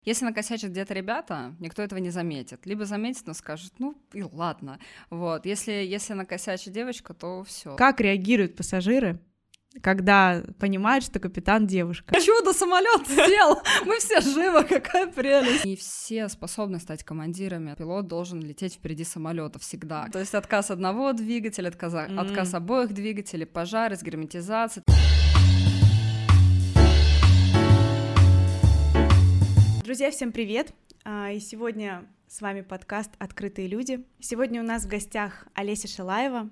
Если накосячат где-то ребята, никто этого не заметит. Либо заметит, но скажет, ну и ладно. Вот. Если накосячит девочка, то все. Как реагируют пассажиры, когда понимают, что капитан девушка? Чудо, самолет сел! Мы все живы, какая прелесть! Не все способны стать командирами. Пилот должен лететь впереди самолета всегда. То есть отказ одного двигателя, отказ обоих двигателей, пожар, разгерметизация. Друзья, всем привет! И сегодня с вами подкаст «Открытые люди». Сегодня у нас в гостях Олеся Шилаева,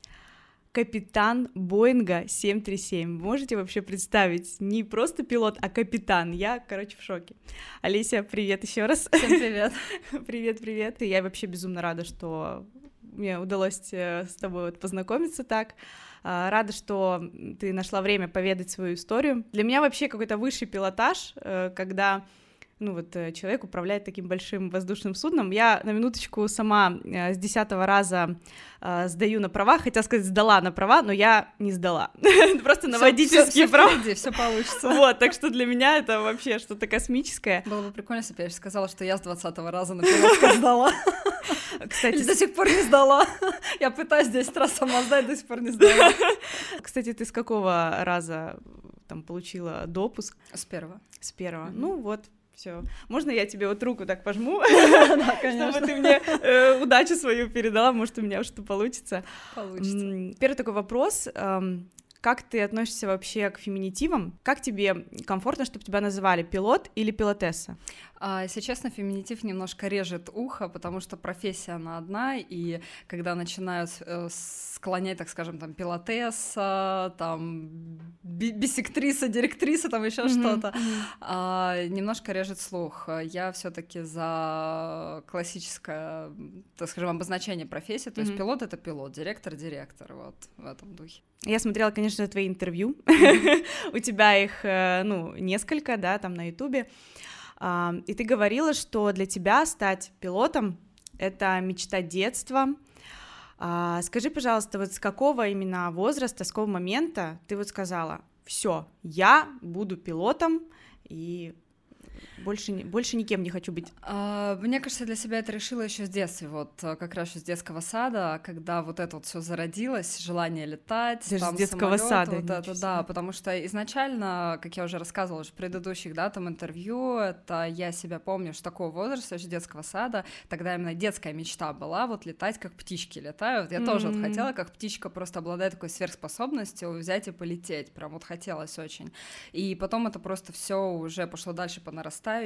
капитан Боинга 737. Можете вообще представить? Не просто пилот, а капитан. Я, в шоке. Олеся, привет еще раз. Всем привет. Привет. И я вообще безумно рада, что мне удалось с тобой познакомиться так. Рада, что ты нашла время поведать свою историю. Для меня вообще какой-то высший пилотаж, когда человек управляет таким большим воздушным судном. Я на минуточку сама с 10-го раза сдаю на права, хотела сказать, сдала на права, но я не сдала. Просто на водительские права. Все получится. Вот, так что для меня это вообще что-то космическое. Было бы прикольно, если бы я сказала, что я с 20-го раза на пилотском сдала. Кстати, до сих пор не сдала. Я пытаюсь 10 раз сама сдать, до сих пор не сдала. Кстати, ты с какого раза получила допуск? С первого. С первого. Ну вот. Все. Можно я тебе руку так пожму? Да, конечно. Чтобы ты мне удачу свою передала, может, у меня что-то получится. Получится. Первый такой вопрос. Как ты относишься вообще к феминитивам? Как тебе комфортно, чтобы тебя называли пилот или пилотесса? Если честно, феминитив немножко режет ухо, потому что профессия, она одна, и когда начинают склонять, так скажем, пилотесса, биссектриса, директриса, еще что-то, немножко режет слух. Я все-таки за классическое, так скажем, обозначение профессии, то есть пилот — это пилот, директор — директор, вот в этом духе. Я смотрела, конечно, твои интервью, у тебя их, несколько, да, на Ютубе. И ты говорила, что для тебя стать пилотом — это мечта детства. Скажи, пожалуйста, с какого именно возраста, с какого момента ты сказала: все, я буду пилотом и больше никем не хочу быть? Мне кажется, для себя это решила еще с детства, как раз еще с детского сада, когда это все зародилось, желание летать, даже с детского сада, да, потому что изначально, как я уже рассказывала в предыдущих, интервью, это я себя помню, что такого возраста, еще детского сада, тогда именно детская мечта была летать, как птички летают. Я тоже хотела, как птичка, просто обладая такой сверхспособностью, взять и полететь, прям хотелось очень. И потом это просто все уже пошло дальше по нарастающей,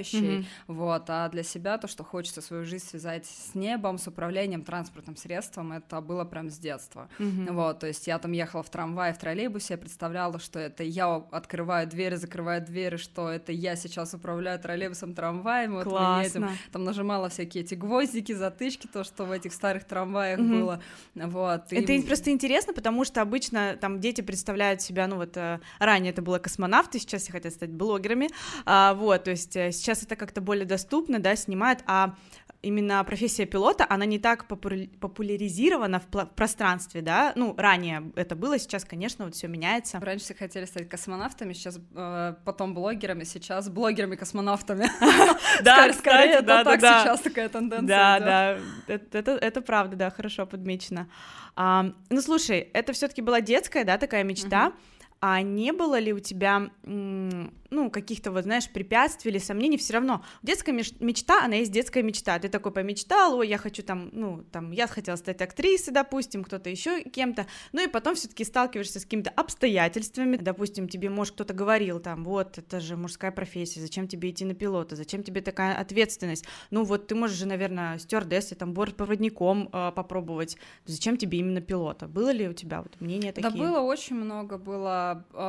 а для себя то, что хочется свою жизнь связать с небом, с управлением транспортным средством, это было прям с детства. То есть я ехала в трамвае, в троллейбусе, я представляла, что это я открываю двери, закрываю двери, что это я сейчас управляю троллейбусом, трамваем, мы едем, нажимала всякие эти гвоздики, затычки, то, что в этих старых трамваях было, Это просто интересно, потому что обычно дети представляют себя, ранее это было космонавты, сейчас все хотят стать блогерами, то есть сейчас это как-то более доступно, да, снимают, а именно профессия пилота, она не так популяризирована в пространстве, да, ранее это было, сейчас, конечно, все меняется. Раньше все хотели стать космонавтами, сейчас потом блогерами, сейчас блогерами-космонавтами. Да, скорее, это так сейчас такая тенденция. Да, это правда, да, хорошо подмечено. Слушай, это все-таки была детская, да, такая мечта. А не было ли у тебя, каких-то, препятствий или сомнений? Все равно детская мечта, она есть детская мечта. Ты такой помечтал: ой, я хочу я хотела стать актрисой, допустим, кто-то еще кем-то, и потом все-таки сталкиваешься с какими-то обстоятельствами, допустим, тебе, может, кто-то говорил, это же мужская профессия, зачем тебе идти на пилота, зачем тебе такая ответственность, ты можешь же, наверное, стюардессой, бортпроводником попробовать, зачем тебе именно пилота? Было ли у тебя мнения такие? Да, было, очень много было.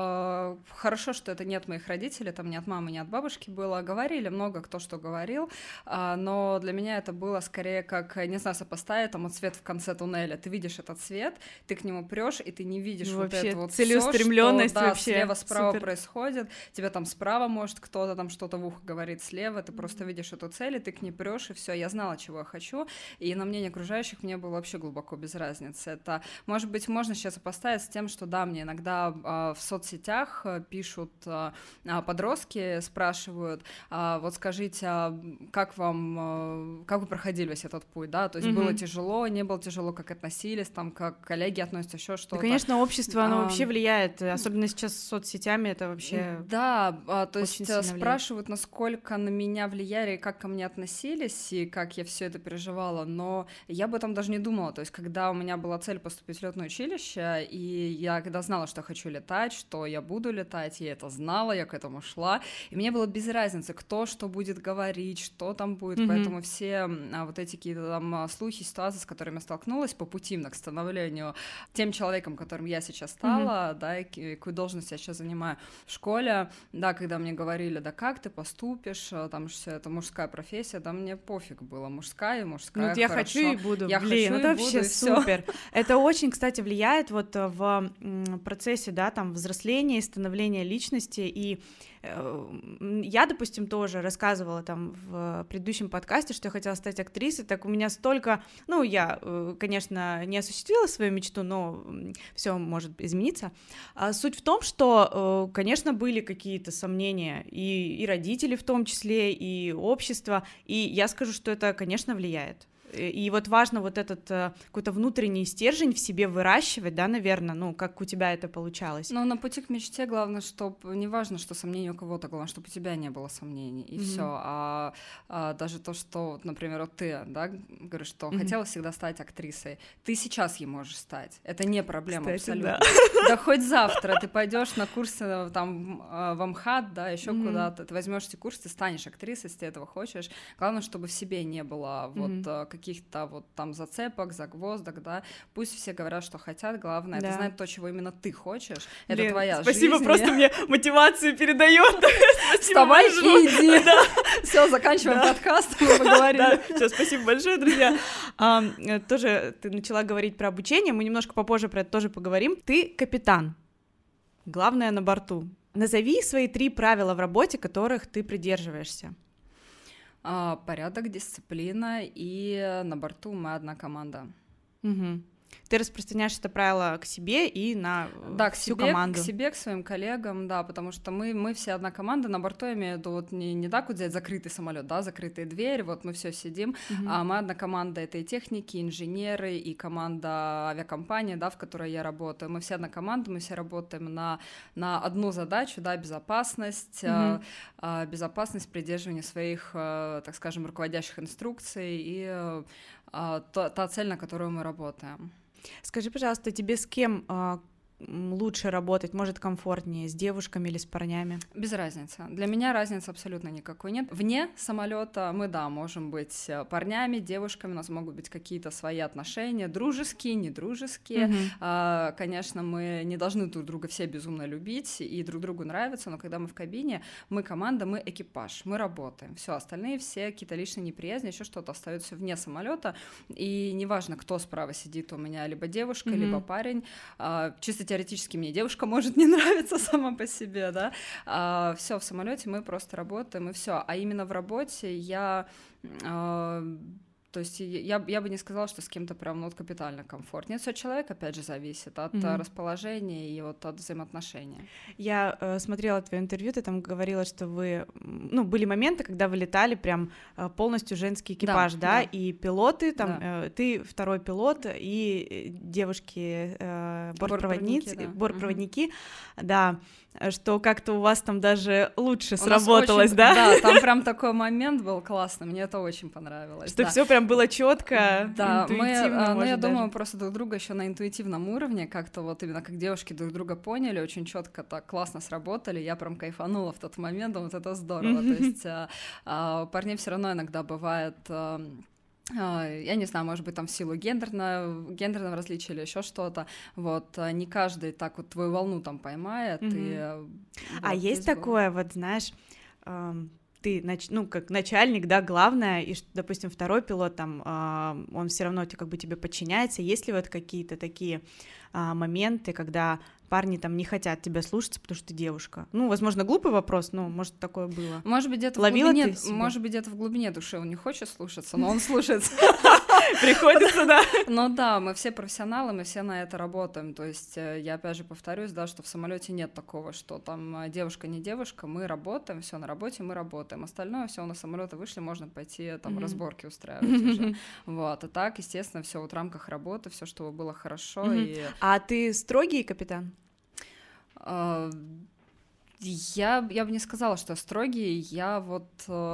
Хорошо, что это не от моих родителей, не от мамы, не от бабушки было. Говорили много кто что говорил, но для меня это было скорее как, не знаю, сопоставить свет в конце туннеля. Ты видишь этот свет, ты к нему прешь, и ты не видишь вообще, это целеустремленность, что, вообще слева-справа супер. Происходит, тебе справа может кто-то что-то в ухо говорит, слева ты просто видишь эту цель, и ты к ней прешь, и все. Я знала, чего я хочу, и на мнение окружающих мне было вообще глубоко без разницы. Это, может быть, можно сейчас сопоставить с тем, что да, мне иногда в соцсетях пишут подростки спрашивают, вот скажите, как вы проходили весь этот путь, да, то есть было тяжело, не было тяжело, как относились, там, как коллеги относятся, еще что-то. Да, конечно, общество, оно вообще влияет, особенно сейчас с соцсетями, это вообще... Да, то есть спрашивают, насколько на меня влияли, как ко мне относились, и как я все это переживала, но я об этом даже не думала, то есть когда у меня была цель поступить в летное училище, и я когда знала, что я хочу летать, что я буду летать, я это знала, я к этому шла, и мне было без разницы, кто что будет говорить, что там будет, поэтому все вот эти какие-то там слухи, ситуации, с которыми я столкнулась по пути к становлению тем человеком, которым я сейчас стала, да, и какую должность я сейчас занимаю в школе, да, когда мне говорили, да как ты поступишь, там же это мужская профессия, да мне пофиг было, мужская, ну, я хорошо. хочу и буду, я блин, хочу это и буду, вообще супер. Это очень, кстати, влияет вот в процессе, да, там, взросления и становления личности, и я, допустим, тоже рассказывала там в предыдущем подкасте, что я хотела стать актрисой, так у меня столько, ну, я, конечно, не осуществила свою мечту, но все может измениться. Суть в том, что, конечно, были какие-то сомнения, и родители в том числе, и общество, и я скажу, что это, конечно, влияет. И вот важно вот этот какой-то внутренний стержень в себе выращивать, да, наверное, ну, как у тебя это получалось. Ну, на пути к мечте главное, чтобы, не важно, что сомнений у кого-то, главное, чтобы у тебя не было сомнений, и все. А даже то, что, например, вот ты, да, говоришь, что хотела всегда стать актрисой, ты сейчас ей можешь стать, это не проблема, кстати, абсолютно. Да хоть завтра ты пойдешь на курсы там в МХАТ, да, еще куда-то, ты возьмешь эти курсы, ты станешь актрисой, если ты этого хочешь. Главное, чтобы в себе не было вот каких-то вот там зацепок, загвоздок, да, пусть все говорят, что хотят, главное, это знать то, чего именно ты хочешь, это твоя спасибо, жизнь. Просто мне мотивацию передает. Вставай и иди. Все, заканчиваем подкаст, мы поговорили. Все, спасибо большое, друзья. Тоже ты начала говорить про обучение, мы немножко попозже про это тоже поговорим. Ты капитан, главное на борту. Назови свои 3 правила в работе, которых ты придерживаешься. Порядок, дисциплина, и на борту мы одна команда. Ты распространяешь это правило к себе и на всю команду. К себе, к своим коллегам, да, потому что мы все одна команда, на борту я имею в виду, вот не так вот взять закрытый самолет, да, закрытые двери, вот мы все сидим, а мы одна команда, это и техники, и инженеры, и команда авиакомпании, да, в которой я работаю, мы все одна команда, мы все работаем на одну задачу, да, безопасность, безопасность придерживания своих, так скажем, руководящих инструкций и та цель, на которую мы работаем. Скажи, пожалуйста, тебе с кем лучше работать, может, комфортнее, с девушками или с парнями? Без разницы. Для меня разницы абсолютно никакой нет. Вне самолета мы, да, можем быть парнями, девушками, у нас могут быть какие-то свои отношения, дружеские, недружеские. Конечно, мы не должны друг друга все безумно любить и друг другу нравиться, но когда мы в кабине, мы команда, мы экипаж, мы работаем. Все, остальные все какие-то лишние неприязни, еще что-то остаются вне самолета, и неважно, кто справа сидит у меня, либо девушка, либо парень, чисто теоретически мне девушка может не нравиться сама по себе, да, все, в самолете мы просто работаем, и все, а именно в работе то есть я бы не сказала, что с кем-то прям вот капитально комфортно. Нет, все от человека, опять же, зависит от расположения и вот от взаимоотношения. Я смотрела твое интервью, ты там говорила, что вы, ну, были моменты, когда вы летали прям полностью женский экипаж, да? И пилоты, там, ты второй пилот, и девушки бортпроводники, да, что как-то у вас там даже лучше сработалось, да? Да, там прям такой момент был классный, мне это очень понравилось. Что все прям было четко, да, интуитивно, я думаю, просто друг друга еще на интуитивном уровне, как-то вот именно как девушки друг друга поняли, очень четко так классно сработали, я прям кайфанула в тот момент, вот это здорово, то есть у парней все равно иногда бывает... я не знаю, может быть, там в силу гендерного различия или еще что-то, вот, не каждый так вот твою волну там поймает. Есть такое, вот, знаешь, ты, ну, как начальник, да, главное, и, допустим, второй пилот, там, он все равно как бы тебе подчиняется, есть ли вот какие-то такие моменты, когда парни там не хотят тебя слушаться, потому что ты девушка? Ну, возможно, глупый вопрос, но, может, такое было. Может быть, где-то в глубине души он не хочет слушаться, но он слушается. Приходится, да. Ну да, мы все профессионалы, мы все на это работаем. То есть я опять же повторюсь, да, что в самолете нет такого, что там девушка не девушка, мы работаем, все на работе, мы работаем. Остальное все на самолеты вышли, можно пойти там разборки устраивать уже. Вот, а так, естественно, все вот в рамках работы, все, чтобы было хорошо. А ты строгий капитан? Я бы не сказала, что строгий, я вот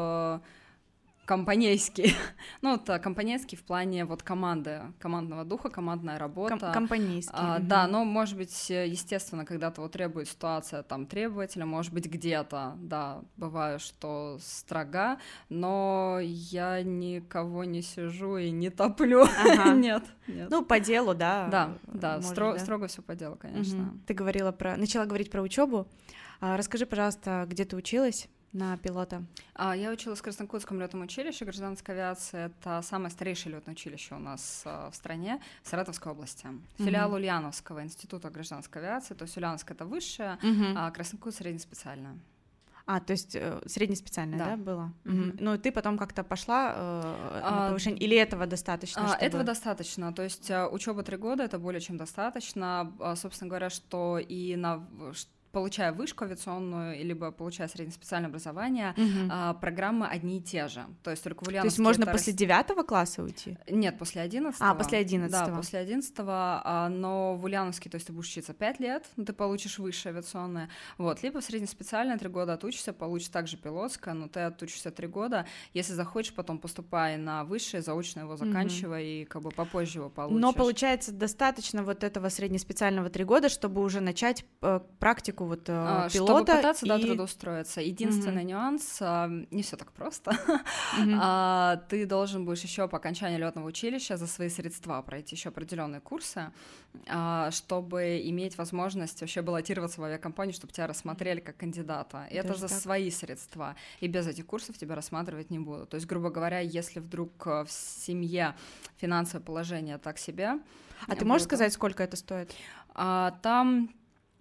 компанейский. Ну, это компанейский в плане вот командного духа, командная работа. Компанейский. Да, но, может быть, естественно, когда-то вот требует ситуация там требователя, может быть, где-то, да, бываю, что строга, но я никого не сижу и не топлю. Нет. Ну, по делу, да. Да, строго все по делу, конечно. Ты начала говорить про учебу. Расскажи, пожалуйста, где ты училась на пилота? Я училась в Краснокутском летном училище гражданской авиации. Это самое старейшее летное училище у нас в стране, в Саратовской области. Филиал Ульяновского института гражданской авиации. То есть Ульяновск — это высшее, а Краснокутск — среднеспециальное. То есть среднеспециальное, да, было? Ну, и ты потом как-то пошла на повышение, или этого достаточно? Этого достаточно, то есть учеба 3 года — это более чем достаточно. Собственно говоря, что и получая вышку авиационную, либо получая среднеспециальное образование, программы одни и те же. То есть только в Ульяновске... То есть можно после 9 класса уйти? Нет, после 11-го. После 11-го. Да, после 11-го, но в Ульяновске, то есть ты будешь учиться 5 лет, ты получишь высшее авиационное, вот, либо в среднеспециальное 3 года отучишься, получишь также пилотское, но ты отучишься 3 года, если захочешь, потом поступай на высшее, заочно его заканчивай, и как бы попозже его получишь. Но получается достаточно вот этого среднеспециального 3 года, чтобы уже начать практику вот пилота. Чтобы пытаться, трудоустроиться. Единственный нюанс, не все так просто. Ты должен будешь еще по окончании летного училища за свои средства пройти еще определенные курсы, чтобы иметь возможность вообще баллотироваться в авиакомпанию, чтобы тебя рассмотрели как кандидата. И это за свои средства. И без этих курсов тебя рассматривать не будут. То есть, грубо говоря, если вдруг в семье финансовое положение так себе... ты можешь сказать, сколько это стоит? Там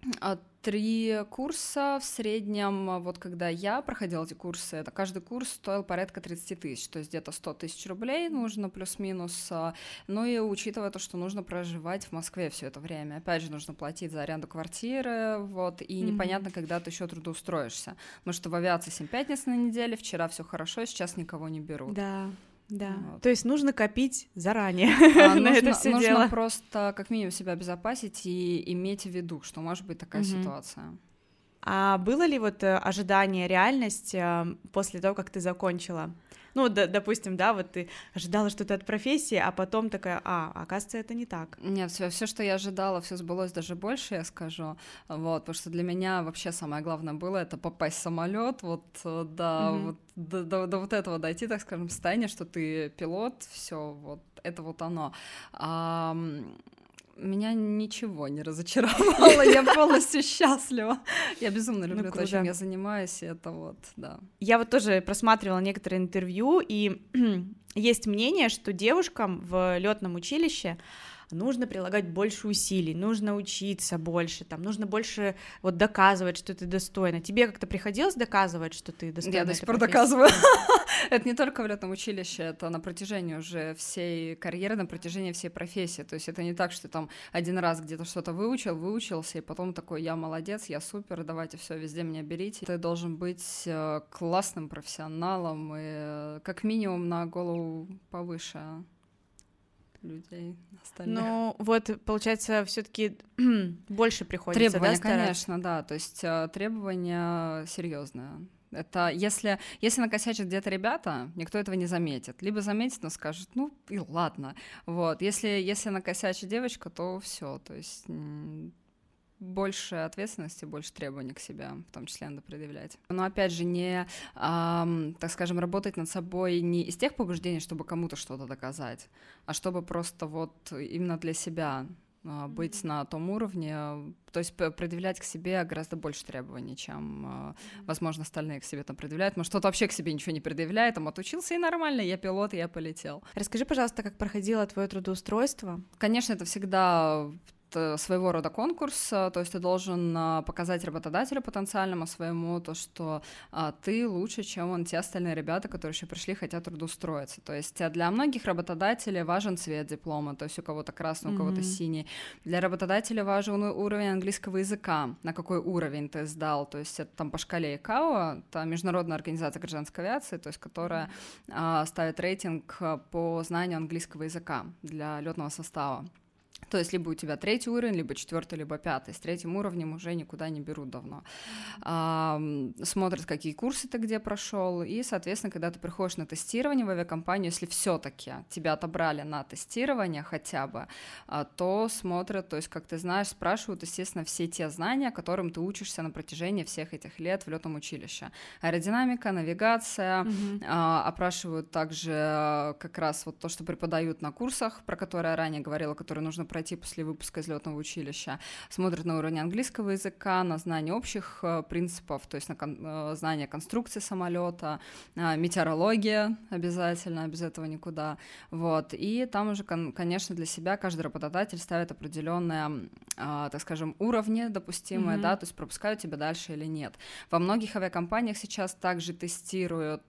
3 курса в среднем, вот когда я проходила эти курсы, это каждый курс стоил порядка 30 тысяч, то есть где-то 100 тысяч рублей нужно плюс-минус, ну и учитывая то, что нужно проживать в Москве все это время, опять же, нужно платить за аренду квартиры, вот, и непонятно, когда ты еще трудоустроишься, потому что в авиации 7 пятниц на неделе, вчера все хорошо, сейчас никого не берут. Да, вот. То есть нужно копить заранее на это все дело. Нужно просто как минимум себя обезопасить и иметь в виду, что может быть такая ситуация. А было ли вот ожидание, реальность после того, как ты закончила? Ну, допустим, да, вот ты ожидала что-то от профессии, а потом такая, оказывается, это не так. Нет, все, что я ожидала, все сбылось даже больше, я скажу, вот, потому что для меня вообще самое главное было это попасть в самолет, вот, да, вот до вот этого дойти, так скажем, состояние, что ты пилот, все, вот, это вот оно. Меня ничего не разочаровало, я полностью счастлива. Я безумно люблю то, чем я занимаюсь, и это вот, да. Я вот тоже просматривала некоторые интервью, и есть мнение, что девушкам в летном училище нужно прилагать больше усилий, нужно учиться больше, там, нужно больше вот доказывать, что ты достойна. Тебе как-то приходилось доказывать, что ты достойна? Я до сих пор доказываю. Это не только в летном училище, это на протяжении уже всей карьеры, на протяжении всей профессии. То есть это не так, что там один раз где-то что-то выучился, и потом такой, я молодец, я супер, давайте все везде меня берите. Ты должен быть классным профессионалом и как минимум на голову повыше людей остальных. Ну, вот, получается, все-таки больше приходится, требования, да, стараться? Конечно, да, то есть требования серьезные. Это если накосячат где-то ребята, никто этого не заметит. Либо заметит, но скажет, ну и ладно. Вот. Если накосячит девочка, то все. То есть больше ответственности, больше требований к себе, в том числе надо предъявлять. Но опять же, не, так скажем, работать над собой не из тех побуждений, чтобы кому-то что-то доказать, а чтобы просто вот именно для себя быть на том уровне, то есть предъявлять к себе гораздо больше требований, чем, возможно, остальные к себе там предъявляют. Может, кто-то вообще к себе ничего не предъявляет, там отучился и нормально, я пилот, и я полетел. Расскажи, пожалуйста, как проходило твое трудоустройство? Конечно, это всегда своего рода конкурс, то есть ты должен показать работодателю потенциальному своему то, что ты лучше, чем те остальные ребята, которые еще пришли, хотят трудоустроиться. То есть для многих работодателей важен цвет диплома, то есть у кого-то красный, у кого-то синий. Для работодателя важен уровень английского языка, на какой уровень ты сдал, то есть это там по шкале ИКАО, это Международная организация гражданской авиации, то есть которая ставит рейтинг по знанию английского языка для летного состава. То есть либо у тебя 3-й уровень, либо 4-й, либо 5-й. С 3-м уровнем уже никуда не берут давно. Смотрят, какие курсы ты где прошел, и, соответственно, когда ты приходишь на тестирование в авиакомпанию, если все-таки тебя отобрали на тестирование хотя бы, то смотрят, то есть, как ты знаешь, спрашивают, естественно, все те знания, которым ты учишься на протяжении всех этих лет в летном училище. Аэродинамика, навигация, опрашивают также как раз вот то, что преподают на курсах, про которые я ранее говорила, которые нужно пройти после выпуска из летного училища, смотрят на уровень английского языка, на знание общих принципов, то есть на знание конструкции самолета, метеорология обязательно, без этого никуда, вот, и там уже, конечно, для себя каждый работодатель ставит определенные, так скажем, уровни допустимые, да, то есть пропускают тебя дальше или нет. Во многих авиакомпаниях сейчас также тестируют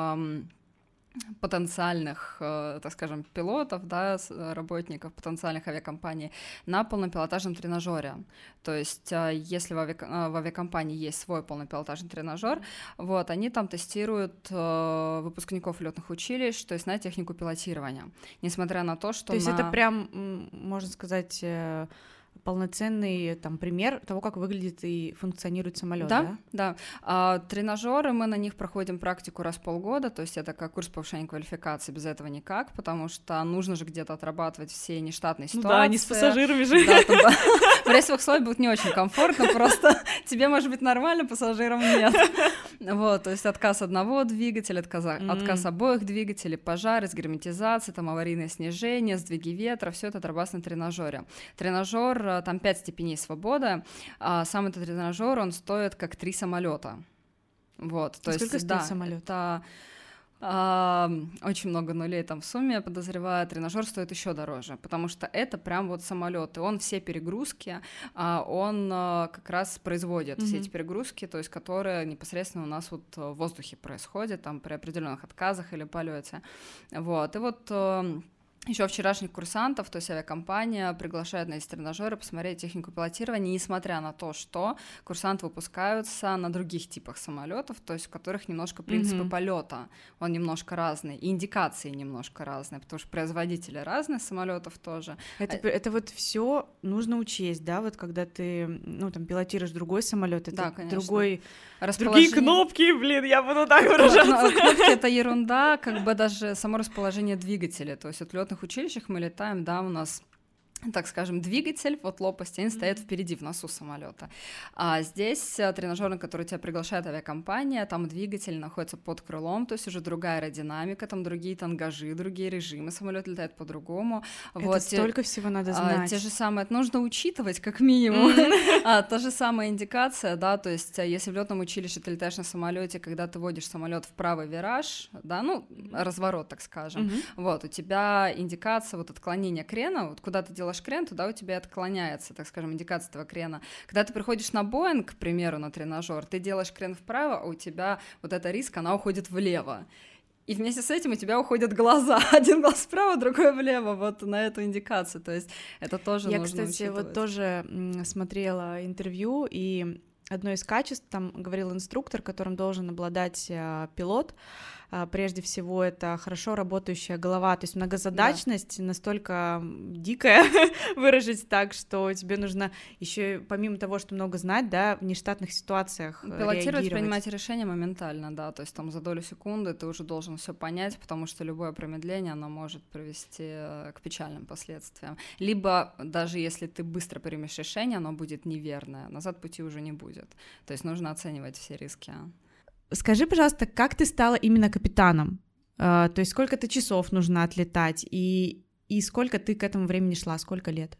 потенциальных, так скажем, пилотов, да, работников потенциальных авиакомпаний на полнопилотажном тренажере. То есть, если в авиакомпании есть свой полнопилотажный тренажер, вот, они там тестируют выпускников летных училищ, то есть на технику пилотирования. Несмотря на то, что... То есть это прям, можно сказать, полноценный там пример того, как выглядит и функционирует самолет, да? Да. Тренажеры, мы на них проходим практику раз в полгода, то есть это как курс повышения квалификации, без этого никак, потому что нужно же где-то отрабатывать все нештатные ситуации. Да, не с пассажирами же. Да, в рейсовых условиях будет не очень комфортно, просто тебе может быть нормально, пассажирам нет. Вот, то есть отказ одного двигателя, отказ обоих двигателей, пожар, разгерметизация, там аварийное снижение, сдвиги ветра, все это отрабатывается на тренажере. Тренажер, там 5 степеней свободы, а сам этот тренажер, он стоит как 3 самолета. Вот, то сколько есть, стоит самолет? Это очень много нулей там в сумме, я подозреваю, тренажер стоит еще дороже, потому что это прям вот самолет, и он все перегрузки, он как раз производит все эти перегрузки, то есть которые непосредственно у нас вот в воздухе происходят, там при определенных отказах или полете, вот, и вот... Еще вчерашних курсантов, то есть авиакомпания приглашает на эти тренажеры посмотреть технику пилотирования, несмотря на то, что курсанты выпускаются на других типах самолетов, то есть у которых немножко принципы полета, он немножко разный, и индикации немножко разные, потому что производители разные самолетов тоже. Это вот все нужно учесть, да, вот когда ты, ну, там, пилотируешь другой самолет, это да, другие кнопки, блин, я буду так выражаться. Кнопки — это ерунда, как бы даже само расположение двигателя, то есть от летных училищах мы летаем, да, у нас, так скажем, двигатель, вот лопасти, они стоят впереди, в носу самолета. А здесь тренажер, на который тебя приглашает авиакомпания, там двигатель находится под крылом, то есть уже другая аэродинамика, там другие тангажи, другие режимы, самолет летает по-другому. Это вот, столько всего надо знать. Те же самые, это нужно учитывать как минимум. Та же самая индикация, да, то есть если в летном училище ты летаешь на самолете, когда ты водишь самолет в правый вираж, да, ну, разворот, так скажем, вот, у тебя индикация, вот отклонение крена, вот куда ты делаешь крен, туда у тебя отклоняется, так скажем, индикация этого крена. Когда ты приходишь на Боинг, к примеру, на тренажер, ты делаешь крен вправо, а у тебя вот эта риска, она уходит влево. И вместе с этим у тебя уходят глаза. Один глаз вправо, другой влево, вот на эту индикацию. То есть это тоже нужно учитывать. Я, кстати, вот тоже смотрела интервью, и одно из качеств, там говорил инструктор, которым должен обладать пилот, прежде всего это хорошо работающая голова, то есть многозадачность настолько дикая, выразить так, что тебе нужно еще помимо того, что много знать, да, в нештатных ситуациях пилотировать, принимать решения моментально, да, то есть там за долю секунды ты уже должен все понять, потому что любое промедление, оно может привести к печальным последствиям. Либо даже если ты быстро примешь решение, оно будет неверное, назад пути уже не будет. То есть нужно оценивать все риски. Скажи, пожалуйста, как ты стала именно капитаном? То есть сколько ты часов нужно отлетать и сколько ты к этому времени шла? Сколько лет?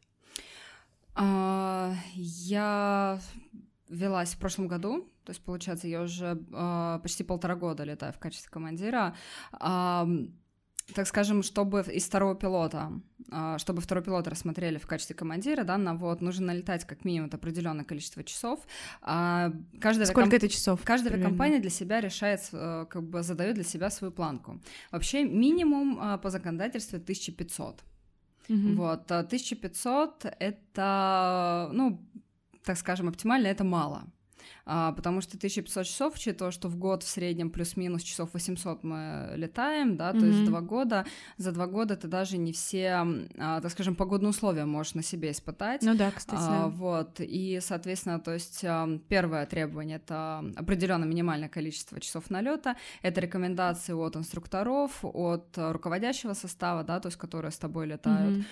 Я велась в прошлом году, то есть, получается, я уже почти 1,5 года летаю в качестве командира. так скажем, чтобы из второго пилота, чтобы второй пилот рассмотрели в качестве командира, да, навод, нужно налетать как минимум определенное количество часов. Сколько это часов? Каждая компания для себя решает, как бы задает для себя свою планку. Вообще минимум по законодательству 1500. Вот, 1500 это, ну, так скажем, оптимально, это мало. Потому что 1500 часов, учитывая, что в год в среднем плюс-минус часов 800 мы летаем, да, то есть 2 года, за 2 года ты даже не все, так скажем, погодные условия можешь на себе испытать. Ну да, кстати. Вот, и, соответственно, то есть первое требование — это определенное минимальное количество часов налета, это рекомендации от инструкторов, от руководящего состава, да, то есть которые с тобой летают,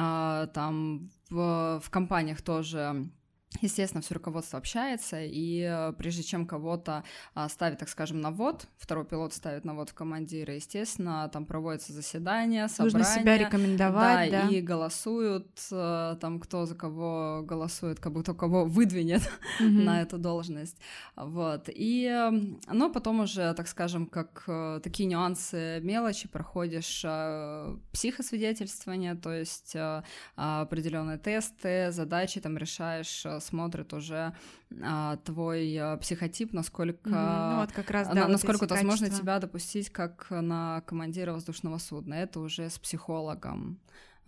там в компаниях тоже. Естественно, все руководство общается, и прежде чем кого-то ставить, так скажем, на ввод, второй пилот ставит на ввод в командира, естественно, там проводятся заседания, собрания. Нужно себя рекомендовать, да. И голосуют, там, кто за кого голосует, как бы кто кого выдвинет на эту должность, вот. И, ну, потом уже, так скажем, как такие нюансы, мелочи, проходишь психосвидетельствование, то есть определенные тесты, задачи там решаешь, смотрит уже твой психотип, насколько, ну, вот как раз, да, насколько вот возможно качества. тебя допустить как на командира воздушного судна. Это уже с психологом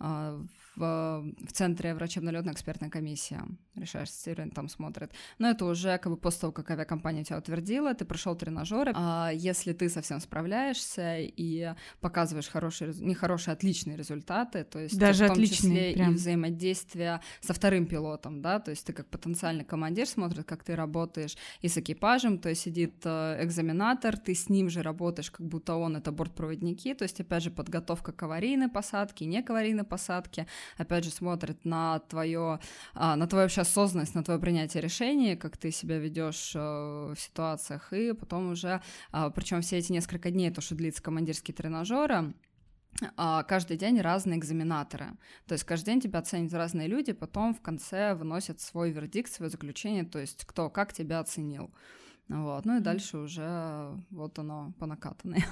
в центре врачебно-лётной экспертной комиссии решаешь тестирование, там смотрят. Но это уже как бы после того, как авиакомпания тебя утвердила, ты прошел тренажеры. Если ты совсем справляешься и показываешь хорошие, не хорошие, отличные результаты, то есть даже в том отличные, числе прям. И взаимодействие со вторым пилотом, да, то есть ты как потенциальный командир смотрит, как ты работаешь и с экипажем, то есть сидит экзаменатор, ты с ним же работаешь, как будто он — это бортпроводники, то есть опять же подготовка к аварийной посадке, не к аварийной посадке, опять же смотрит на твою вообще осознанность, на твое принятие решений, как ты себя ведешь в ситуациях, и потом уже, причем все эти несколько дней, то, что длится командирские тренажеры, каждый день разные экзаменаторы, то есть каждый день тебя оценят разные люди, потом в конце выносят свой вердикт, свое заключение, то есть кто как тебя оценил, вот, ну и дальше уже вот оно по накатанной.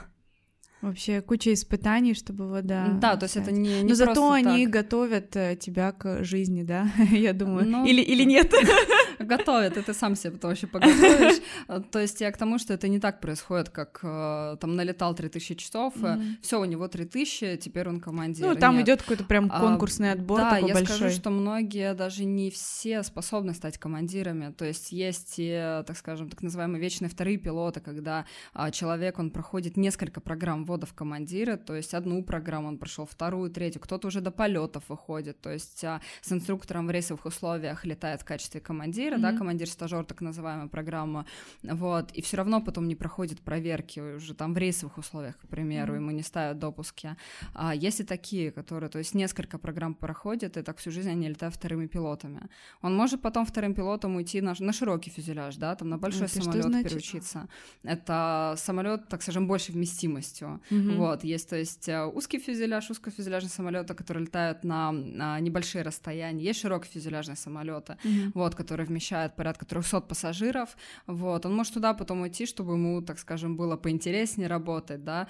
Вообще куча испытаний, чтобы вот, да. Да, то есть это не но зато просто они так. готовят тебя к жизни, да, я думаю. Ну, или нет? Готовят, и ты сам себе потом еще поготовишь. То есть я к тому, что это не так происходит, как там налетал 3000 часов, все у него 3000, теперь он командир. Ну, там идет какой-то прям конкурсный отбор такой большой. Да, я скажу, что многие, даже не все способны стать командирами, то есть есть и, так скажем, так называемые вечные вторые пилоты, когда человек, он проходит несколько программ ввода в командиры, то есть одну программу он прошел, вторую, третью, кто-то уже до полетов выходит, то есть с инструктором в рейсовых условиях летает в качестве командира, да, командир-стажёр, так называемая программа, вот, и все равно потом не проходит проверки уже там в рейсовых условиях, к примеру, ему не ставят допуски. Есть и такие, которые, то есть несколько программ проходят, и так всю жизнь они летают вторыми пилотами. Он может потом вторым пилотом уйти на широкий фюзеляж, да, там на большой самолет переучиться. Это самолет, так скажем, большей вместимостью. Вот, есть, то есть узкий фюзеляж, узкофюзеляжные самолеты, которые летают на небольшие расстояния, есть широкофюзеляжные самолеты, вот, которые вмещают порядка 300 пассажиров, вот, он может туда потом уйти, чтобы ему, так скажем, было поинтереснее работать, да,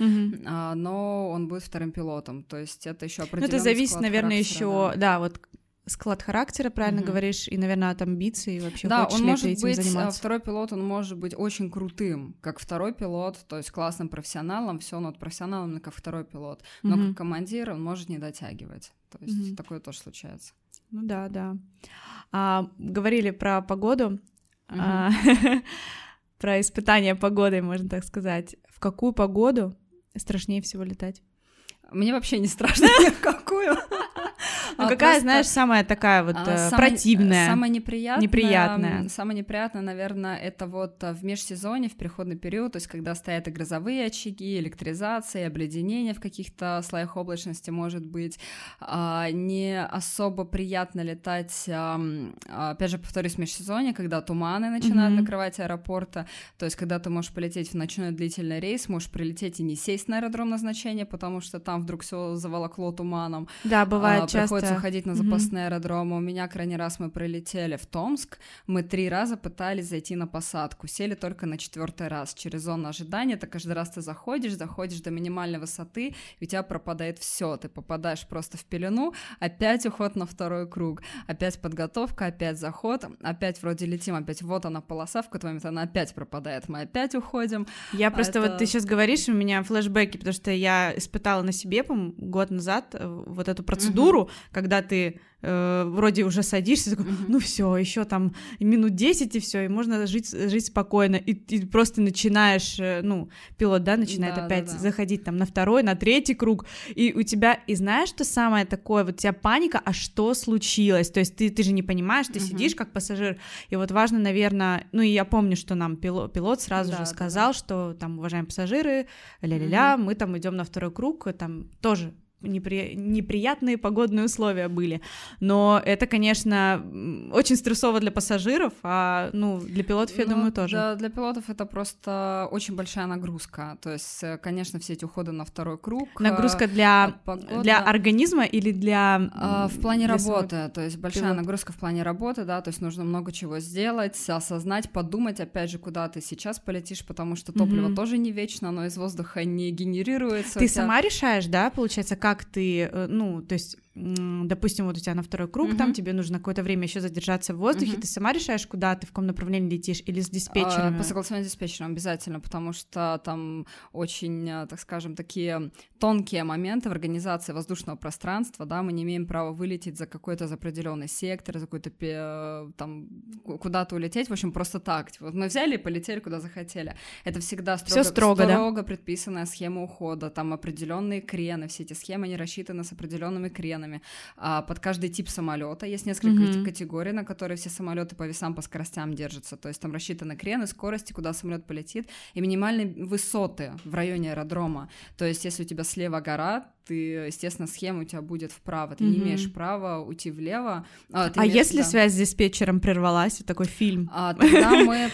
но он будет вторым пилотом, то есть это еще определенный это зависит, наверное, еще, да, вот склад характера, правильно говоришь, и, наверное, от амбиций, и вообще да, хочешь он ли может ты этим быть, заниматься. второй пилот, он может быть очень крутым, как второй пилот, то есть классным профессионалом, все, он вот профессионалом, как второй пилот, но как командир он может не дотягивать, то есть такое тоже случается. Ну да, да. Говорили про погоду, про испытания погодой, можно так сказать. В какую погоду страшнее всего летать? Мне вообще не страшно ни в какую. Ну, какая, знаешь, самая такая вот противная, самая неприятная? Самое неприятное, наверное, это вот в межсезонье, в переходный период, то есть когда стоят и грозовые очаги, электризация, обледенение в каких-то слоях облачности, может быть, не особо приятно летать, опять же, повторюсь, в межсезонье, когда туманы начинают накрывать аэропорты, то есть когда ты можешь полететь в ночной длительный рейс, можешь прилететь и не сесть на аэродром назначения, потому что там вдруг все заволокло туманом. Да, бывает часто. Приходится приходится уходить на запасные аэродромы. У меня крайний раз мы прилетели в Томск, мы 3 раза пытались зайти на посадку, сели только на 4-й раз через зону ожидания, это каждый раз ты заходишь до минимальной высоты, и у тебя пропадает все, ты попадаешь просто в пелену, опять уход на второй круг, опять подготовка, опять заход, опять вроде летим, опять вот она полоса, в какой-то момент она опять пропадает, мы опять уходим. Я просто вот ты сейчас говоришь, у меня флешбеки, потому что я испытала на себе, по-моему, год назад вот эту процедуру, когда ты вроде уже садишься, такой, ну все, еще там минут 10 и все, и можно жить спокойно, и ты просто начинаешь, ну, пилот, да, начинает опять заходить там на 2-й, на 3-й круг, и у тебя, и знаешь, что самое такое, вот у тебя паника, а что случилось, то есть ты же не понимаешь, ты сидишь как пассажир, и вот важно, наверное, ну, и я помню, что нам пилот сразу же сказал, что там, уважаемые пассажиры, ля-ля-ля, мы там идем на 2-й круг, там тоже неприятные погодные условия были, но это, конечно, очень стрессово для пассажиров, а, ну, для пилотов, я думаю, тоже. Да, для пилотов это просто очень большая нагрузка, то есть, конечно, все эти уходы на 2-й круг. Нагрузка для организма или для... В плане работы, то есть большая нагрузка в плане работы, да, то есть нужно много чего сделать, осознать, подумать, опять же, куда ты сейчас полетишь, потому что топливо тоже не вечно, оно из воздуха не генерируется. Ты сама решаешь, да, получается, как ты, ну, то есть, допустим, вот у тебя на 2-й круг, там тебе нужно какое-то время еще задержаться в воздухе, ты сама решаешь, куда ты, в каком направлении летишь, или с диспетчером? По согласованию с диспетчером обязательно, потому что там очень, так скажем, такие тонкие моменты в организации воздушного пространства, да, мы не имеем права вылететь за какой-то определенный сектор, за какой-то там куда-то улететь, в общем, просто так. Вот мы взяли и полетели, куда захотели. Это всегда строго предписанная схема ухода, там определенные крены, все эти схемы, они рассчитаны с определенными кренами. Под каждый тип самолета есть несколько категорий, на которые все самолеты по весам, по скоростям держатся. То есть там рассчитаны крены, скорости, куда самолет полетит, и минимальные высоты в районе аэродрома. То есть если у тебя слева гора, ты, естественно, схема у тебя будет вправо, ты не имеешь права уйти влево. Если связь с диспетчером прервалась, вот такой фильм? Тогда мы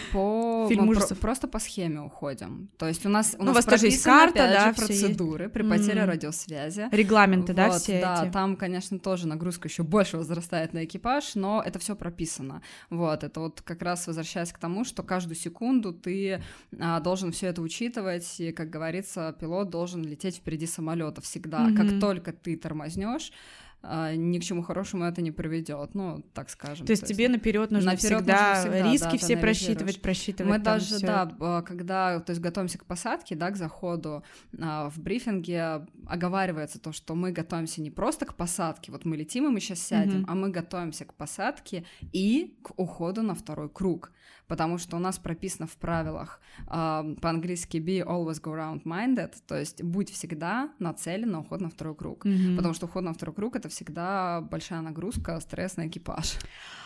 просто по схеме уходим. То есть у нас тоже есть карта, опять же, процедуры при потере радиосвязи. Регламенты, да, все эти? Там, конечно, тоже нагрузка еще больше возрастает на экипаж, но это все прописано. Вот, это вот как раз возвращаясь к тому, что каждую секунду ты должен все это учитывать, и, как говорится, пилот должен лететь впереди самолета всегда. Как только ты тормознешь, ни к чему хорошему это не приведет, ну, так скажем. То есть тебе наперед нужно всегда риски все просчитывать. Мы даже, когда, то есть, готовимся к посадке, да, к заходу, в брифинге оговаривается то, что мы готовимся не просто к посадке, вот мы летим и мы сейчас сядем, а мы готовимся к посадке и к уходу на 2-й круг, потому что у нас прописано в правилах по-английски be always go round-minded, то есть будь всегда нацелен на уход на 2-й круг, потому что уход на 2-й круг — это всегда большая нагрузка, стресс на экипаж.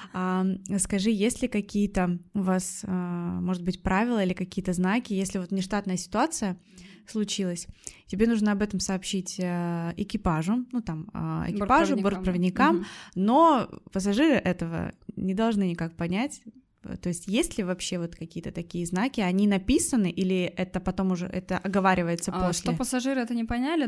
Скажи, есть ли какие-то у вас, может быть, правила или какие-то знаки, если вот нештатная ситуация случилась, тебе нужно об этом сообщить экипажу, ну там экипажу, бортпроводникам, но пассажиры этого не должны никак понять. То есть есть ли вообще вот какие-то такие знаки, они написаны или это потом уже это оговаривается после? Что пассажиры это не поняли,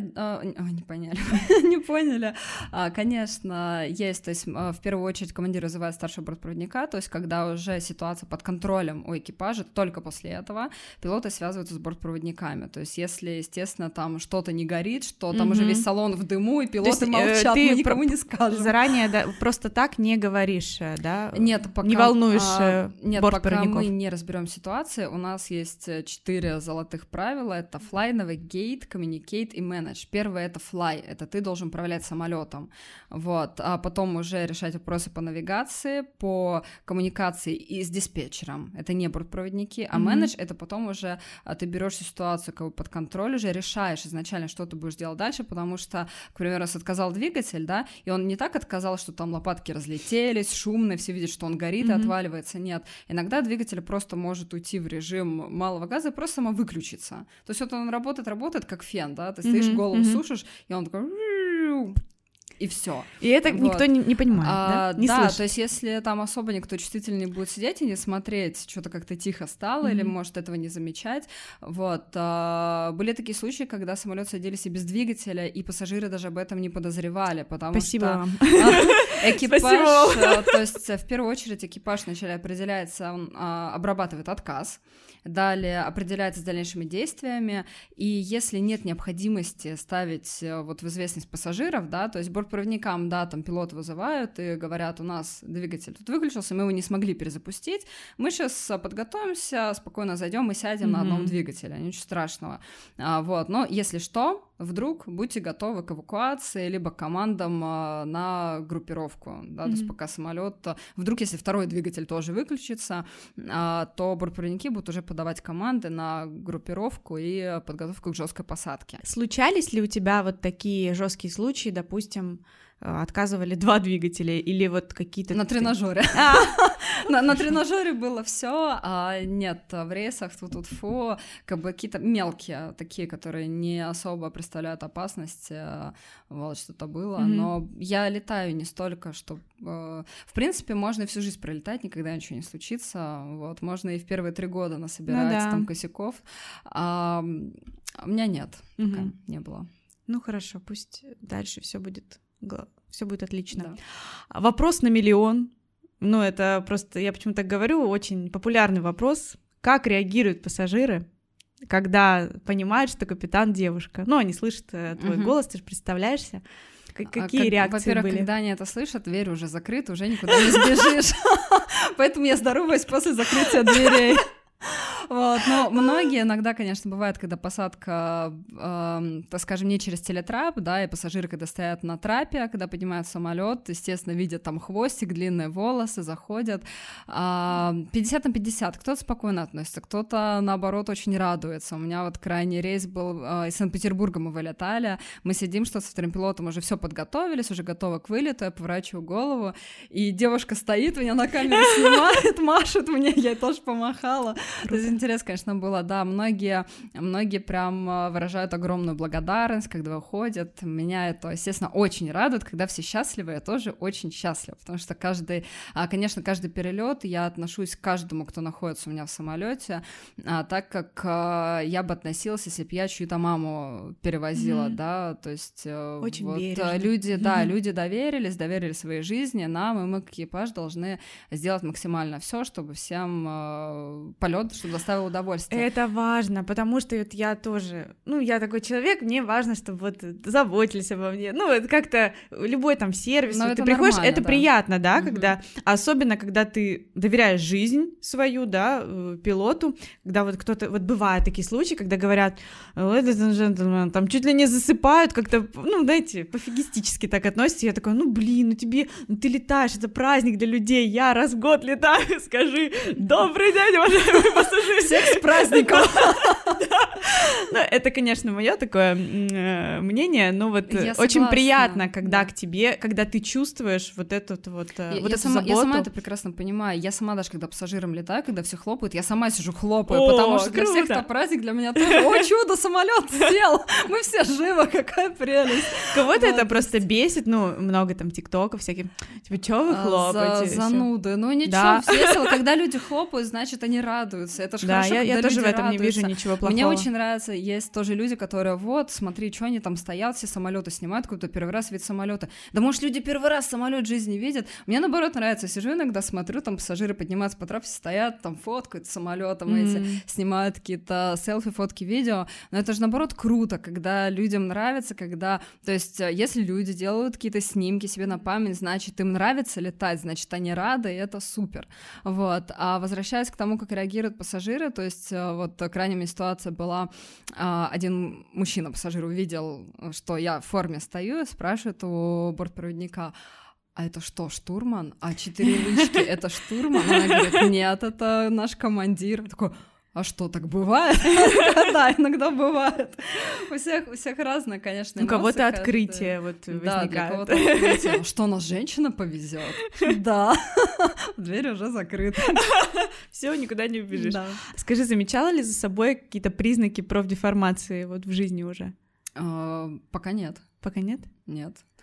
не поняли, конечно, есть, то есть в первую очередь командир вызывает старшего бортпроводника, то есть когда уже ситуация под контролем у экипажа, только после этого пилоты связываются с бортпроводниками, то есть если, естественно, там что-то не горит, что там уже весь салон в дыму, и пилоты молчат, мы никому не скажем. Заранее просто так не говоришь, да? Нет, пока... Не волнуешь... Нет, пока мы не разберем ситуации, у нас есть 4 золотых правила, это fly, navigate, communicate и manage. Первое — это fly, это ты должен управлять самолетом, вот, а потом уже решать вопросы по навигации, по коммуникации и с диспетчером, это не бортпроводники, а manage — это потом уже ты берешь ситуацию как бы под контроль, уже решаешь изначально, что ты будешь делать дальше, потому что, к примеру, раз отказал двигатель, да, и он не так отказал, что там лопатки разлетелись, шумно, все видят, что он горит и отваливается, нет. Иногда двигатель просто может уйти в режим малого газа и просто само выключиться. То есть вот он работает как фен, да, ты стоишь, голову сушишь, и он такой... и все. И это никто не понимает, да? Не да, слышит. то есть если там особо никто чувствительный будет сидеть и не смотреть, что-то как-то тихо стало, или может этого не замечать, вот. Были такие случаи, когда в самолет садились и без двигателя, и пассажиры даже об этом не подозревали, потому Спасибо что вам. экипаж, то есть в первую очередь экипаж вначале определяется, он обрабатывает отказ, далее определяется с дальнейшими действиями, и если нет необходимости ставить вот в известность пассажиров, да, то есть бортпроводникам, да, там пилот вызывают и говорят, у нас двигатель тут выключился, мы его не смогли перезапустить, мы сейчас подготовимся, спокойно зайдем и сядем на одном двигателе, ничего страшного, вот, но если что, вдруг будьте готовы к эвакуации, либо к командам на группировку, да, то есть пока самолет, вдруг если второй двигатель тоже выключится, то бортпроводники будут уже подавать команды на группировку и подготовку к жесткой посадке. Случались ли у тебя вот такие жесткие случаи, допустим, отказывали 2 двигателя или вот какие-то... На тренажере. На тренажере было все, а нет, в рейсах фу, как бы какие-то мелкие такие, которые не особо представляют опасность, вот что-то было, но я летаю не столько, что... В принципе, можно и всю жизнь пролетать, никогда ничего не случится, вот, можно и в первые 3 года насобирать там косяков, а у меня нет, пока не было. Ну хорошо, пусть дальше все будет отлично. Да. Вопрос на миллион. Ну, это просто, я почему так говорю, очень популярный вопрос. Как реагируют пассажиры, когда понимают, что капитан девушка? Ну, они слышат твой голос, ты же представляешься. Какие реакции во-первых, были? когда они это слышат, дверь уже закрыта, уже никуда не сбежишь. Поэтому я здороваюсь после закрытия дверей. Вот, но многие иногда, конечно, бывает, когда посадка, так скажем, не через телетрап, да, и пассажиры, когда стоят на трапе, когда поднимают самолет, естественно, видят там хвостик, длинные волосы, заходят. 50 на 50. Кто-то спокойно относится, кто-то, наоборот, очень радуется. У меня вот крайний рейс был из Санкт-Петербурга, мы вылетали, мы сидим, что со вторым пилотом уже все подготовились, уже готовы к вылету, я поворачиваю голову, и девушка стоит, меня на камеру снимает, машет мне, я ей тоже помахала. То есть интерес, конечно, было, да, многие прям выражают огромную благодарность, когда выходят, меня это, естественно, очень радует, когда все счастливы, я тоже очень счастлива, потому что конечно, каждый перелет я отношусь к каждому, кто находится у меня в самолете, так как я бы относилась, если бы я чью-то маму перевозила, да, то есть очень вот бережно. люди доверили своей жизни нам, и мы, как экипаж, должны сделать максимально все, чтобы всем полет, чтобы доставил удовольствие. Это важно, потому что вот я тоже, я такой человек, мне важно, чтобы вот заботились обо мне, это как-то любой там сервис, вот ты приходишь, это приятно, да, когда, особенно когда ты доверяешь жизнь свою, да, пилоту, когда вот кто-то, вот бывают такие случаи, когда говорят, ladies and gentlemen, там чуть ли не засыпают, как-то, знаете, пофигистически так относятся, я такой, тебе, ты летаешь, это праздник для людей, я раз в год летаю, скажи, добрый день, уважаемые пассажиры. Всех с праздником! Это, конечно, мое такое мнение, но вот очень приятно, когда к тебе, когда ты чувствуешь вот эту заботу. Я сама это прекрасно понимаю. Я сама даже, когда пассажирам летаю, когда все хлопают, я сама сижу хлопаю, потому что для всех это праздник, для меня тоже. О, чудо, самолет сел! Мы все живы, какая прелесть! Кого-то это просто бесит, много там тиктоков всяких. Типа, чё вы хлопаете? Зануды. Ничего, весело. Когда люди хлопают, значит, они радуются. Это же хорошо, я тоже в этом не вижу ничего плохого. Мне очень нравится, есть тоже люди, которые, смотри, что они там стоят, все самолеты снимают, какой-то первый раз вид самолета. Да может, люди первый раз самолет в жизни видят. Мне наоборот нравится, сижу иногда, смотрю, там пассажиры поднимаются по трапе, стоят, там фоткают самолетом, снимают какие-то селфи, фотки, видео. Но это же наоборот круто, когда людям нравится, то есть, если люди делают какие-то снимки себе на память, значит, им нравится летать, значит, они рады, и это супер. Вот. А возвращаясь к тому, как реагируют пассажиры, то есть вот крайняя ситуация была, один мужчина-пассажир увидел, что я в форме стою, спрашивает у бортпроводника: а это что, штурман? А 4 лычки — это штурман? Она говорит: нет, это наш командир. Такой: а что, так бывает? Да, иногда бывает. У всех разное, конечно, эмоции. У кого-то открытие возникает. Да, для кого-то открытие. Что, нас женщина повезет? Да, дверь уже закрыта. Все, никуда не убежишь. Скажи, замечала ли за собой какие-то признаки профдеформации вот в жизни уже? Пока нет. Пока нет? Нет.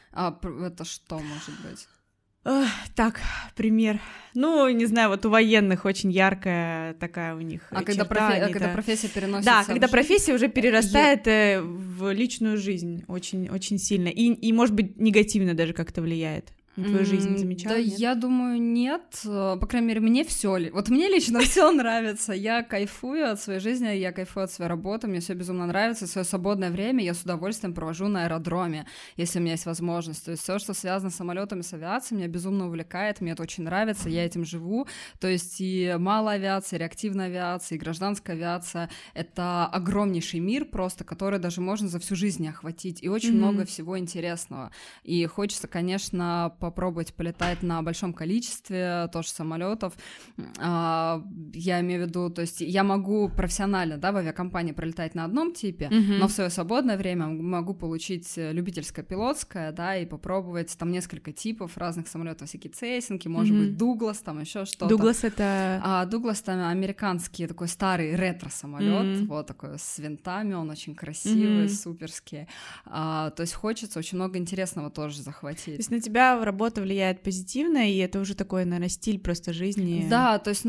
Это что может быть? Так, пример. Ну, не знаю, вот у военных очень яркая такая у них когда профессия переносится. Да, когда профессия уже перерастает в личную жизнь очень, очень сильно. И, может быть, негативно даже как-то влияет. На твою жизнь замечала? Да, нет? Я думаю, нет. По крайней мере, мне все. Вот мне лично все нравится. Я кайфую от своей жизни, я кайфую от своей работы, мне все безумно нравится. Свое свободное время я с удовольствием провожу на аэродроме, если у меня есть возможность. То есть все, что связано с самолетами, с авиацией, меня безумно увлекает, мне это очень нравится, я этим живу. То есть и малая авиация, и реактивная авиация, и гражданская авиация — это огромнейший мир просто, который даже можно за всю жизнь охватить. И очень много всего интересного. И хочется, конечно, попробовать полетать на большом количестве тоже самолетов. Я имею в виду, то есть я могу профессионально, да, в авиакомпании пролетать на одном типе, но в свое свободное время могу получить любительское пилотское, да, и попробовать там несколько типов разных самолетов, всякие цессинки, может быть, Дуглас, там еще что-то. Дуглас — это... Дуглас — там американский такой старый ретро-самолет, вот такой с винтами, он очень красивый, суперский. То есть хочется очень много интересного тоже захватить. То есть на тебя работа влияет позитивно, и это уже такой, наверное, стиль просто жизни. Да, то есть,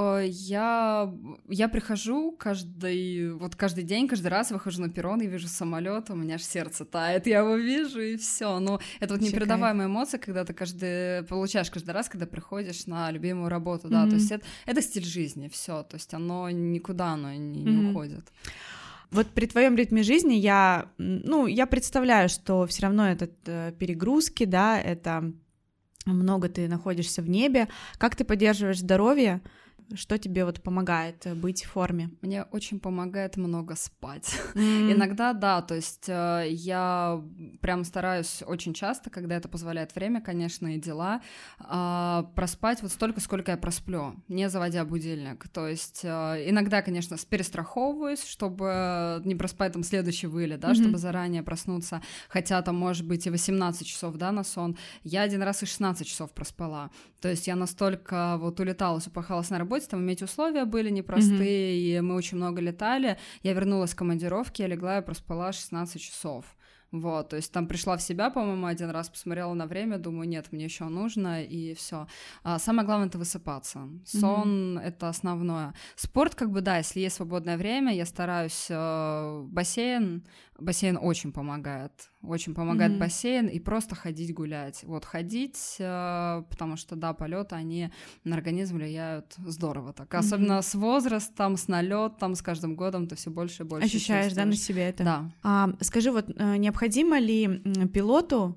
я прихожу каждый день, каждый раз выхожу на перрон и вижу самолет, у меня аж сердце тает, я его вижу, и все. Ну, это вот непередаваемая эмоция, когда ты получаешь каждый раз, когда приходишь на любимую работу, да, то есть это стиль жизни, все, то есть оно никуда не уходит. Вот при твоем ритме жизни я представляю, что все равно это перегрузки, да, это много ты находишься в небе. Как ты поддерживаешь здоровье? Что тебе вот помогает быть в форме? Мне очень помогает много спать. Иногда, да, то есть я прям стараюсь очень часто, когда это позволяет время, конечно, и дела, проспать вот столько, сколько я просплю, не заводя будильник. То есть иногда, конечно, перестраховываюсь, чтобы не проспать там следующий вылет, да, чтобы заранее проснуться, хотя там может быть и 18 часов, да, на сон. Я один раз и 16 часов проспала. То есть я настолько вот улеталась, упахалась на работе, там метеоусловия были непростые, и мы очень много летали. Я вернулась с командировки, я легла и проспала 16 часов. Вот, то есть там пришла в себя, по-моему, один раз, посмотрела на время, думаю, нет, мне еще нужно, и все. Самое главное — это высыпаться. Сон — это основное. Спорт, как бы, да, если есть свободное время, я стараюсь бассейн очень помогает. Очень помогает бассейн и просто ходить гулять. Вот ходить, потому что, да, полеты, они на организм влияют здорово так. Особенно с возрастом, с налетом, с каждым годом ты все больше и больше ощущаешь, чувствуешь. да, на себе это? Да. Скажи, вот необходимо ли пилоту,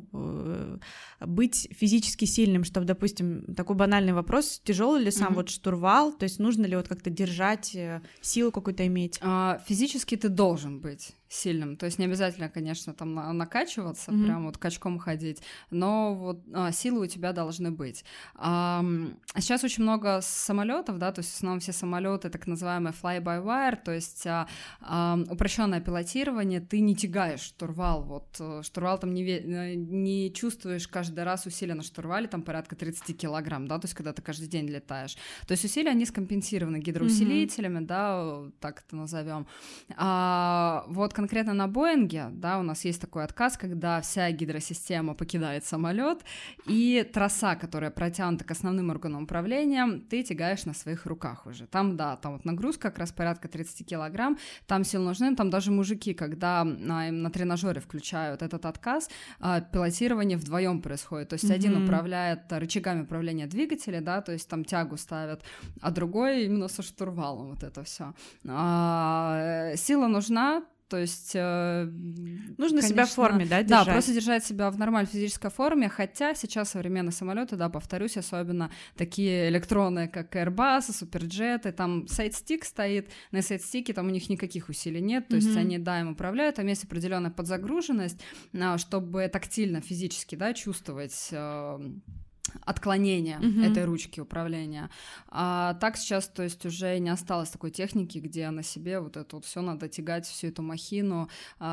быть физически сильным, чтобы, допустим, такой банальный вопрос, тяжелый ли сам вот штурвал, то есть нужно ли вот как-то держать, силу какую-то иметь? Физически ты должен быть сильным, то есть не обязательно, конечно, там накачиваться, прям вот качком ходить, но вот силы у тебя должны быть. Сейчас очень много самолетов, да, то есть в основном все самолеты так называемые fly-by-wire, то есть упрощенное пилотирование, ты не тягаешь штурвал, вот штурвал там не чувствуешь каждый раз усилия на штурвале, там порядка 30 килограмм, да, то есть когда ты каждый день летаешь, то есть усилия, они скомпенсированы гидроусилителями, да, так это назовем. Вот конкретно на Боинге, да, у нас есть такой отказ, когда вся гидросистема покидает самолет, и трасса, которая протянута к основным органам управления, ты тягаешь на своих руках уже. Там, да, там вот нагрузка как раз порядка 30 килограмм, там сил нужны, там даже мужики, когда на тренажере включают этот отказ, пилотирование вдвоем происходит, то есть один управляет рычагами управления двигателя, да, то есть там тягу ставят, а другой именно со штурвалом, вот это все. Сила нужна, то есть... Нужно, конечно, себя в форме, да, держать? Да, просто держать себя в нормальной физической форме, хотя сейчас современные самолеты, да, повторюсь, особенно такие электронные, как Airbus, Суперджеты, там сайдстик стоит, на сайдстике там у них никаких усилий нет, то есть они, да, им управляют, там есть определенная подзагруженность, чтобы тактильно, физически, да, чувствовать отклонение этой ручки управления. А так сейчас, то есть, уже не осталось такой техники, где на себе вот это вот все надо тягать, всю эту махину,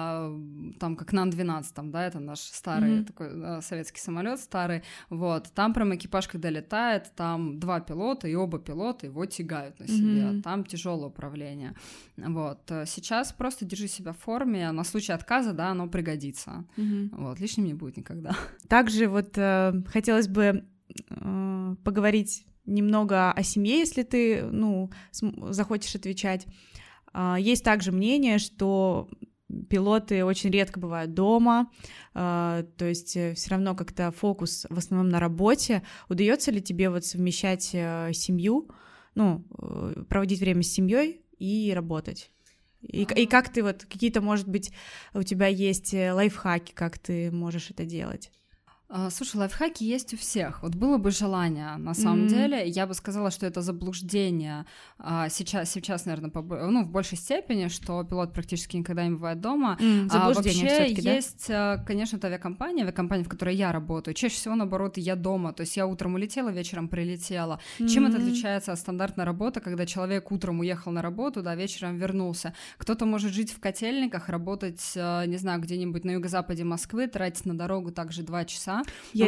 там как Нан-12, там, да, это наш старый такой советский самолет старый, вот, там прям экипаж, когда летает, там 2 пилота, и оба пилота его тягают на себе, там тяжелое управление, вот. Сейчас просто держи себя в форме, на случай отказа, да, оно пригодится, вот, лишним не будет никогда. Также вот хотелось бы поговорить немного о семье, если ты, захочешь отвечать. Есть также мнение, что пилоты очень редко бывают дома, то есть все равно как-то фокус в основном на работе. Удается ли тебе вот совмещать семью, проводить время с семьей и работать? И как ты вот, какие-то, может быть, у тебя есть лайфхаки, как ты можешь это делать? Слушай, лайфхаки есть у всех. Вот было бы желание, на самом деле. Я бы сказала, что это заблуждение сейчас, наверное, в большей степени, что пилот практически никогда не бывает дома. Заблуждение всё-таки, да? Есть, конечно, авиакомпания, в которой я работаю. Чаще всего, наоборот, я дома. То есть я утром улетела, вечером прилетела. Чем это отличается от стандартной работы, когда человек утром уехал на работу, да, вечером вернулся? Кто-то может жить в Котельниках, работать, не знаю, где-нибудь на юго-западе Москвы, тратить на дорогу также 2 часа.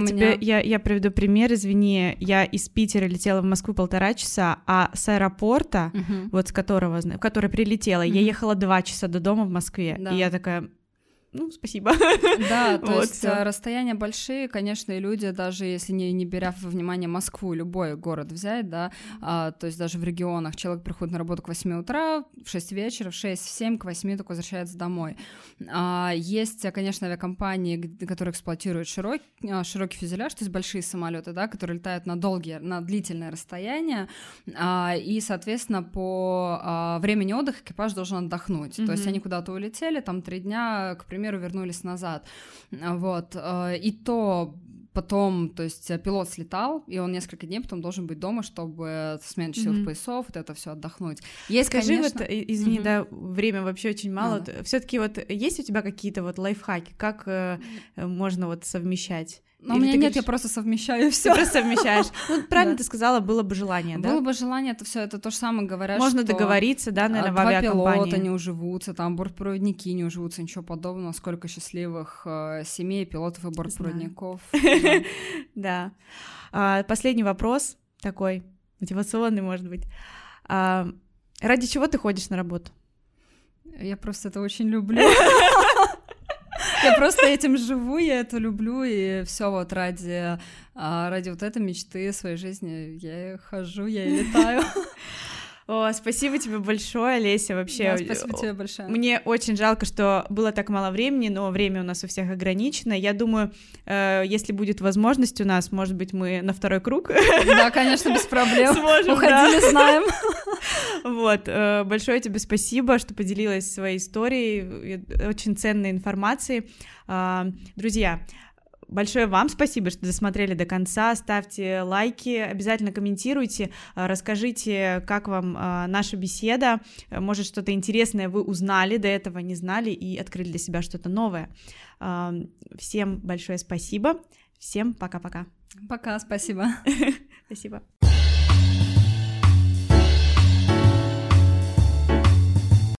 Я приведу пример, извини, я из Питера летела в Москву 1,5 часа, а с аэропорта, вот в который прилетела, я ехала 2 часа до дома в Москве, и я такая... спасибо. Да, то есть расстояния большие, конечно, и люди, даже если не беря во внимание Москву, любой город взять, да, то есть даже в регионах человек приходит на работу к 8 утра, в 6 вечера, в 6, в 7, к 8 только возвращается домой. Есть, конечно, авиакомпании, которые эксплуатируют широкий фюзеляж, то есть большие самолеты, да, которые летают на длительное расстояние, и, соответственно, по времени отдыха экипаж должен отдохнуть. То есть они куда-то улетели, там 3 дня, к примеру, вернулись назад, вот, и то потом, то есть пилот слетал, и он несколько дней потом должен быть дома, чтобы смена часовых поясов, вот это все отдохнуть. Скажи, конечно... извини, да, время вообще очень мало, все-таки вот есть у тебя какие-то вот лайфхаки, как можно вот совмещать? Но у меня нет, я просто совмещаю все. Ты просто совмещаешь. Правильно ты сказала, было бы желание, да? Было бы желание, это все, это то же самое говорят, можно договориться, да, наверное, в авиакомпании. 2 пилота не уживутся, там бортпроводники не уживутся, ничего подобного. Сколько счастливых семей, пилотов и бортпроводников. Да. Последний вопрос такой, мотивационный, может быть. Ради чего ты ходишь на работу? Я просто это очень люблю. Я просто этим живу, я это люблю, и все вот ради вот этой мечты своей жизни я хожу, я и летаю. Спасибо тебе большое, Олеся, вообще. Да, спасибо тебе большое. Мне очень жалко, что было так мало времени, но время у нас у всех ограничено. Я думаю, если будет возможность у нас, может быть, мы на 2-й круг. Да, конечно, без проблем. Сможем, уходили, да. Знаем. Вот, большое тебе спасибо, что поделилась своей историей, очень ценной информацией. Друзья, большое вам спасибо, что досмотрели до конца, ставьте лайки, обязательно комментируйте, расскажите, как вам наша беседа, может, что-то интересное вы узнали, до этого не знали и открыли для себя что-то новое. Всем большое спасибо, всем пока-пока. Пока, спасибо. Спасибо.